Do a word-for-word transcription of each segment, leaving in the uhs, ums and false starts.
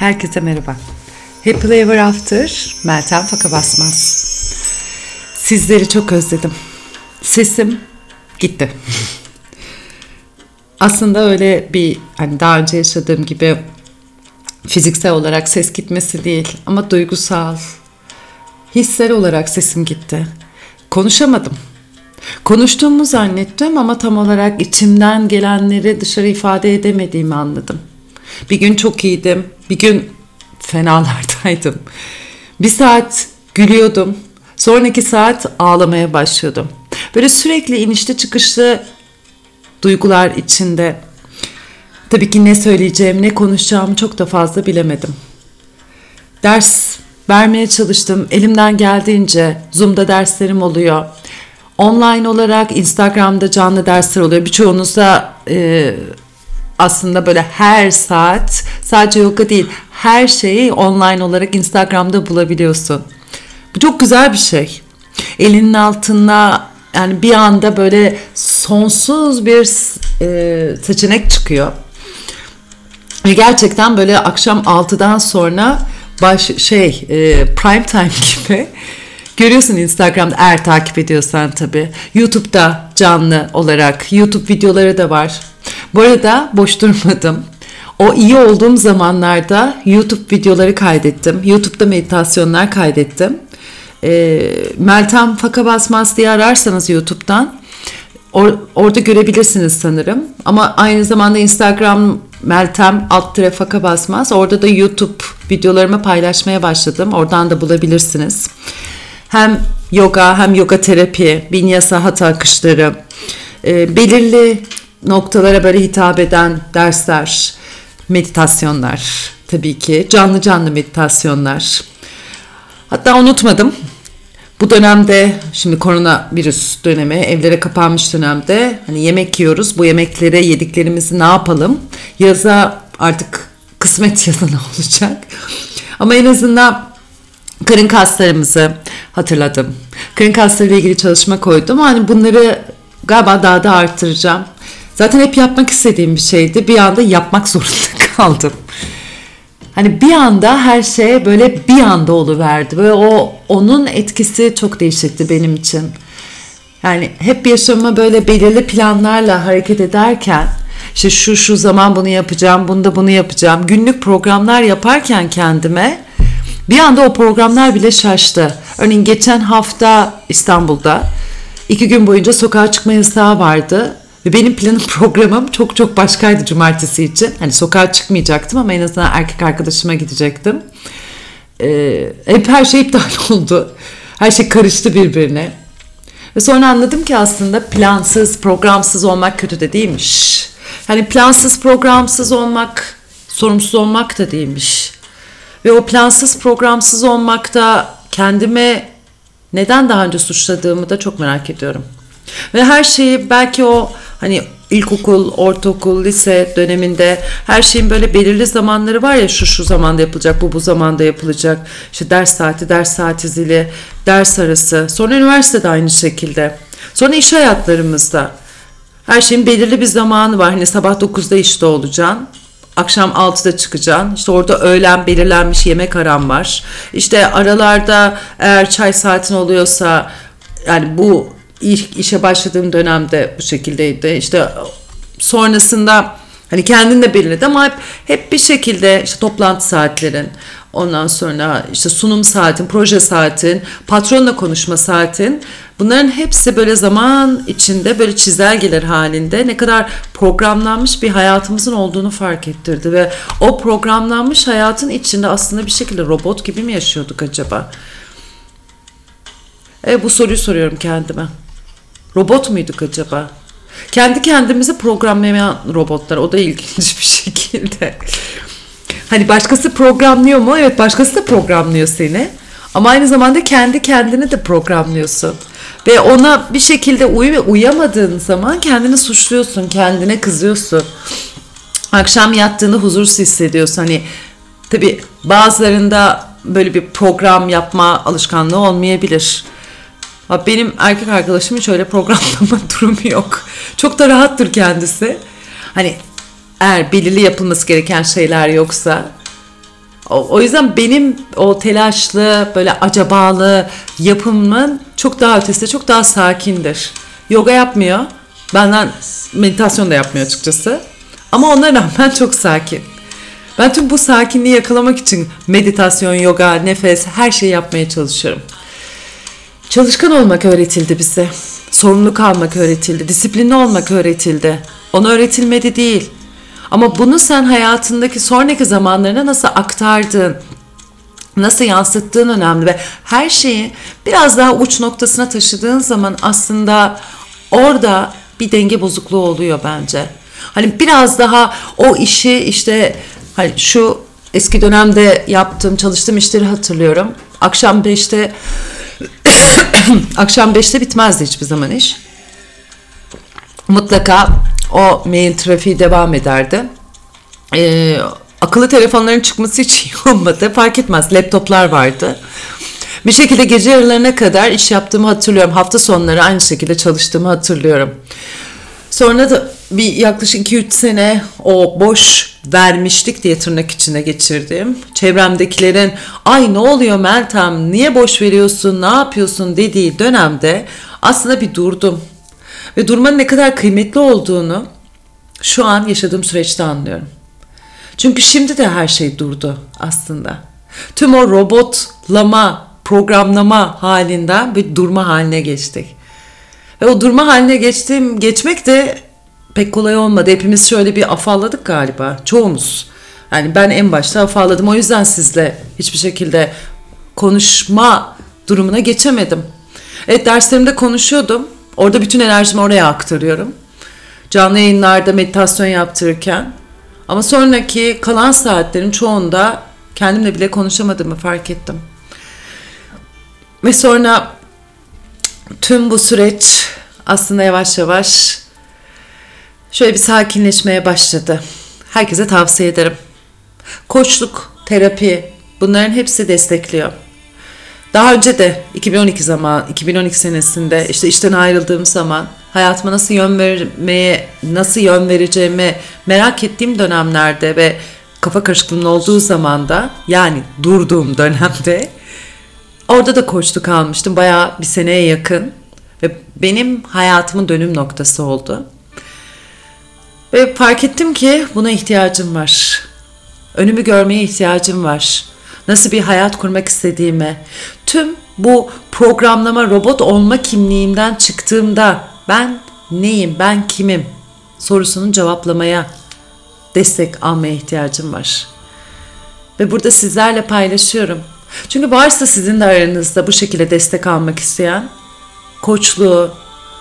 Herkese merhaba. Happily Ever After, Meltem Faka Basmaz. Sizleri çok özledim. Sesim gitti. Aslında öyle bir hani daha önce yaşadığım gibi fiziksel olarak ses gitmesi değil ama duygusal, hissel olarak sesim gitti. Konuşamadım. Konuştuğumu zannettim ama tam olarak içimden gelenleri dışarı ifade edemediğimi anladım. Bir gün çok iyiydim, bir gün fenalardaydım. Bir saat gülüyordum, sonraki saat ağlamaya başlıyordum. Böyle sürekli inişli çıkışlı duygular içinde. Tabii ki ne söyleyeceğim, ne konuşacağımı çok da fazla bilemedim. Ders vermeye çalıştım, elimden geldiğince Zoom'da derslerim oluyor. Online olarak Instagram'da canlı dersler oluyor. Birçoğunuzda e, aslında böyle her saat, sadece yoga değil, her şeyi online olarak Instagram'da bulabiliyorsun. Bu çok güzel bir şey. Elinin altına yani bir anda böyle sonsuz bir e, seçenek çıkıyor. Ve gerçekten böyle akşam altıdan sonra baş şey e, prime time gibi görüyorsun Instagram'da, eğer takip ediyorsan tabii. YouTube'da canlı olarak YouTube videoları da var. Bu arada boş durmadım. O iyi olduğum zamanlarda YouTube videoları kaydettim. YouTube'da meditasyonlar kaydettim. E, Meltem Faka Basmaz diye ararsanız YouTube'dan or, orada görebilirsiniz sanırım. Ama aynı zamanda Instagram Meltem alt tire Faka Basmaz. Orada da YouTube videolarımı paylaşmaya başladım. Oradan da bulabilirsiniz. Hem yoga hem yoga terapi, vinyasa hatha akışları, e, belirli noktalara böyle hitap eden dersler, meditasyonlar tabii ki, canlı canlı meditasyonlar. Hatta unutmadım, bu dönemde şimdi koronavirüs dönemi, evlere kapanmış dönemde hani yemek yiyoruz, bu yemeklere yediklerimizi ne yapalım? Yaza artık kısmet yaza ne olacak? Ama en azından karın kaslarımızı hatırladım. Karın kaslarıyla ilgili çalışma koydum. Hani bunları galiba daha da arttıracağım. Zaten hep yapmak istediğim bir şeydi. Bir anda yapmak zorunda kaldım. Hani bir anda her şey böyle bir anda oluverdi. Ve o onun etkisi çok değişikti benim için. Yani hep yaşamıma böyle belirli planlarla hareket ederken, işte şu şu zaman bunu yapacağım, bunda bunu yapacağım. Günlük programlar yaparken kendime bir anda o programlar bile şaştı. Örneğin geçen hafta İstanbul'da iki gün boyunca sokağa çıkma yasağı vardı. Ve benim planım, programım çok çok başkaydı cumartesi için. Hani sokağa çıkmayacaktım ama en azından erkek arkadaşıma gidecektim. Ee, hep her şey iptal oldu. Her şey karıştı birbirine. Ve sonra anladım ki aslında plansız, programsız olmak kötü de değilmiş. Hani plansız, programsız olmak, sorumsuz olmak da değilmiş. Ve o plansız, programsız olmakta kendime neden daha önce suçladığımı da çok merak ediyorum. Ve her şeyi belki o hani ilkokul, ortaokul, lise döneminde her şeyin böyle belirli zamanları var ya, şu şu zamanda yapılacak, bu bu zamanda yapılacak. İşte ders saati, ders saati zili, ders arası. Sonra üniversitede aynı şekilde. Sonra iş hayatlarımızda her şeyin belirli bir zamanı var. Hani sabah dokuzda işte olacaksın. Akşam altıda çıkacaksın. İşte orada öğlen belirlenmiş yemek aran var. İşte aralarda eğer çay saatin oluyorsa, yani bu ilk işe başladığım dönemde bu şekildeydi. İşte sonrasında hani kendin de belirledi ama hep, hep bir şekilde işte toplantı saatlerin, ondan sonra işte sunum saatin, proje saatin, patronla konuşma saatin, bunların hepsi böyle zaman içinde böyle çizelgeler halinde ne kadar programlanmış bir hayatımızın olduğunu fark ettirdi. Ve o programlanmış hayatın içinde aslında bir şekilde robot gibi mi yaşıyorduk acaba? E, bu soruyu soruyorum kendime. Robot muyduk acaba? Kendi kendimizi programlayan robotlar. O da ilginç bir şekilde. Hani başkası programlıyor mu? Evet, başkası da programlıyor seni. Ama aynı zamanda kendi kendini de programlıyorsun. Ve ona bir şekilde uy- uyamadığın zaman kendini suçluyorsun, kendine kızıyorsun. Akşam yattığında huzursuz hissediyorsun. Hani tabii bazılarında böyle bir program yapma alışkanlığı olmayabilir. Benim erkek arkadaşım hiç öyle programlama durumu yok. Çok da rahattır kendisi. Hani eğer belirli yapılması gereken şeyler yoksa O, o yüzden benim o telaşlı, böyle acabalı yapımın çok daha ötesinde, çok daha sakindir. Yoga yapmıyor. Benden meditasyon da yapmıyor açıkçası. Ama ona rağmen çok sakin. Ben tüm bu sakinliği yakalamak için meditasyon, yoga, nefes, her şeyi yapmaya çalışıyorum. Çalışkan olmak öğretildi bize. Sorumluluk almak öğretildi. Disiplinli olmak öğretildi. Ona öğretilmedi değil. Ama bunu sen hayatındaki sonraki zamanlarına nasıl aktardın, nasıl yansıttığın önemli ve her şeyi biraz daha uç noktasına taşıdığın zaman aslında orada bir denge bozukluğu oluyor bence. Hani biraz daha o işi işte hani şu eski dönemde yaptığım, çalıştığım işleri hatırlıyorum. Akşam beşte akşam beşte bitmezdi hiçbir zaman iş. Mutlaka o mail trafiği devam ederdi. Ee, akıllı telefonların çıkması hiç iyi olmadı. Fark etmez. Laptoplar vardı. Bir şekilde gece yarılarına kadar iş yaptığımı hatırlıyorum. Hafta sonları aynı şekilde çalıştığımı hatırlıyorum. Sonra da bir yaklaşık iki üç sene o boş vermişlik diye tırnak içine geçirdim. Çevremdekilerin ay ne oluyor Meltem, niye boş veriyorsun, ne yapıyorsun dediği dönemde aslında bir durdum. Ve durmanın ne kadar kıymetli olduğunu şu an yaşadığım süreçte anlıyorum. Çünkü şimdi de her şey durdu aslında. Tüm o robotlama, programlama halinden bir durma haline geçtik. Ve o durma haline geçtiğim, geçmek de pek kolay olmadı. Hepimiz şöyle bir afalladık galiba. Çoğumuz. Yani ben en başta afalladım. O yüzden sizle hiçbir şekilde konuşma durumuna geçemedim. Evet, derslerimde konuşuyordum. Orada bütün enerjimi oraya aktarıyorum. Canlı yayınlarda meditasyon yaptırırken. Ama sonraki kalan saatlerin çoğunda kendimle bile konuşamadığımı fark ettim. Ve sonra tüm bu süreç aslında yavaş yavaş şöyle bir sakinleşmeye başladı. Herkese tavsiye ederim. Koçluk, terapi, bunların hepsi destekliyor. Daha önce de iki bin on iki zaman, iki bin on iki senesinde işte işten ayrıldığım zaman hayatıma nasıl yön vermeye, nasıl yön vereceğimi merak ettiğim dönemlerde ve kafa karışıklığının olduğu zamanda, yani durduğum dönemde orada da koçluk almıştım. Bayağı bir seneye yakın ve benim hayatımın dönüm noktası oldu. Ve fark ettim ki buna ihtiyacım var. Önümü görmeye ihtiyacım var. Nasıl bir hayat kurmak istediğime, tüm bu programlama, robot olma kimliğimden çıktığımda ben neyim, ben kimim sorusunun cevaplamaya, destek almaya ihtiyacım var. Ve burada sizlerle paylaşıyorum. Çünkü varsa sizin de aranızda bu şekilde destek almak isteyen, koçluğu,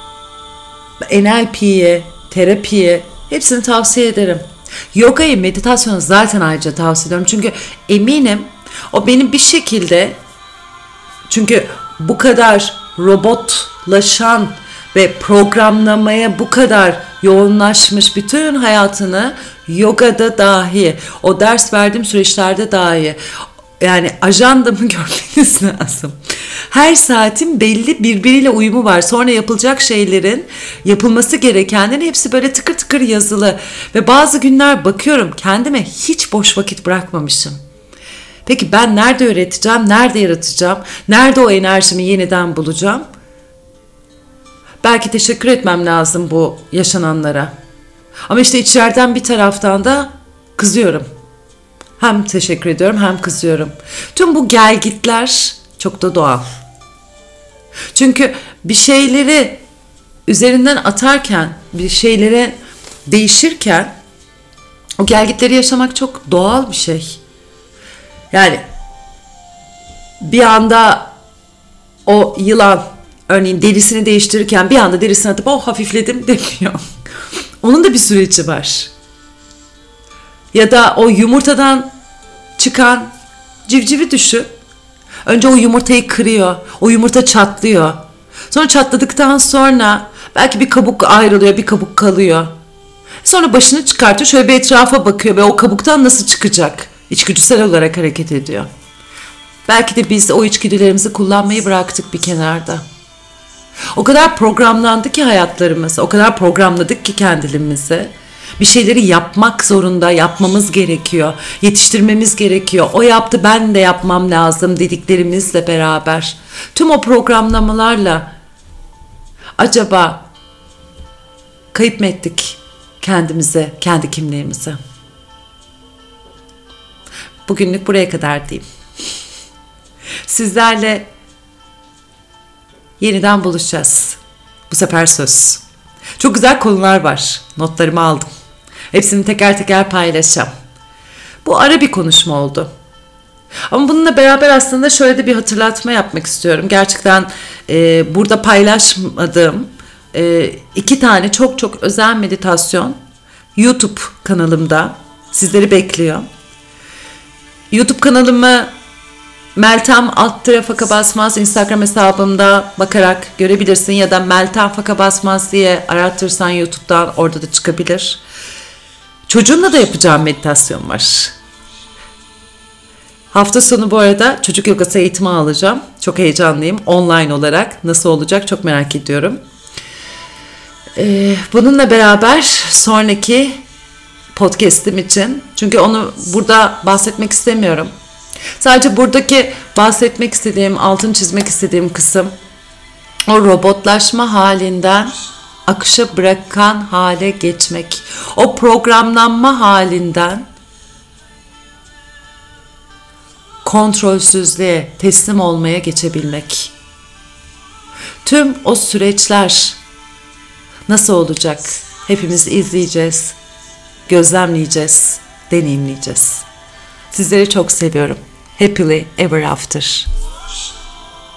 N L P'yi, terapiyi hepsini tavsiye ederim. Yogayı, meditasyonu zaten ayrıca tavsiye ediyorum. Çünkü eminim o benim bir şekilde, çünkü bu kadar robotlaşan ve programlamaya bu kadar yoğunlaşmış bütün hayatını yogada dahi, o ders verdiğim süreçlerde dahi, yani ajandamı görmeniz lazım. Her saatin belli birbiriyle uyumu var. Sonra yapılacak şeylerin, yapılması gerekenlerin hepsi böyle tıkır tıkır yazılı. Ve bazı günler bakıyorum kendime hiç boş vakit bırakmamışım. Peki ben nerede öğreteceğim, nerede yaratacağım, nerede o enerjimi yeniden bulacağım? Belki teşekkür etmem lazım bu yaşananlara. Ama işte içeriden bir taraftan da kızıyorum. Hem teşekkür ediyorum hem kızıyorum. Tüm bu gelgitler çok da doğal. Çünkü bir şeyleri üzerinden atarken, bir şeyleri değişirken o gelgitleri yaşamak çok doğal bir şey. Yani bir anda o yılan örneğin derisini değiştirirken bir anda derisini atıp oh hafifledim demiyor. Onun da bir süreci var. Ya da o yumurtadan çıkan civcivi düşün. Önce o yumurtayı kırıyor. O yumurta çatlıyor. Sonra çatladıktan sonra belki bir kabuk ayrılıyor, bir kabuk kalıyor. Sonra başını çıkartıyor, şöyle bir etrafa bakıyor ve o kabuktan nasıl çıkacak? İçgüdüsel olarak hareket ediyor. Belki de biz o içgüdülerimizi kullanmayı bıraktık bir kenarda. O kadar programlandı ki hayatlarımız, o kadar programladık ki kendimizi. bir şeyleri yapmak zorunda, yapmamız gerekiyor. Yetiştirmemiz gerekiyor. O yaptı, ben de yapmam lazım dediklerimizle beraber. Tüm o programlamalarla acaba kayıp mı ettik kendimize, kendi kimliğimize? Bugünlük buraya kadar diyeyim. Sizlerle yeniden buluşacağız. Bu sefer söz. Çok güzel konular var. Notlarımı aldım. Hepsini teker teker paylaşacağım. Bu ara bir konuşma oldu. Ama bununla beraber aslında şöyle de bir hatırlatma yapmak istiyorum. Gerçekten e, burada paylaşmadığım e, iki tane çok çok özel meditasyon YouTube kanalımda sizleri bekliyor. YouTube kanalımı Meltem alt tire Faka Basmaz Instagram hesabımda bakarak görebilirsin ya da Meltem Faka Basmaz diye aratırsan YouTube'dan orada da çıkabilir. Çocuğumla da yapacağım meditasyon var. Hafta sonu bu arada çocuk yogası eğitimi alacağım. Çok heyecanlıyım. Online olarak nasıl olacak çok merak ediyorum. Ee, bununla beraber sonraki podcast'im için, çünkü onu burada bahsetmek istemiyorum. Sadece buradaki bahsetmek istediğim, altını çizmek istediğim kısım o robotlaşma halinden akışa bırakan hale geçmek. O programlanma halinden kontrolsüzlüğe, teslim olmaya geçebilmek. Tüm o süreçler nasıl olacak? Hepimiz izleyeceğiz, gözlemleyeceğiz, deneyimleyeceğiz. Sizleri çok seviyorum. Happily ever after.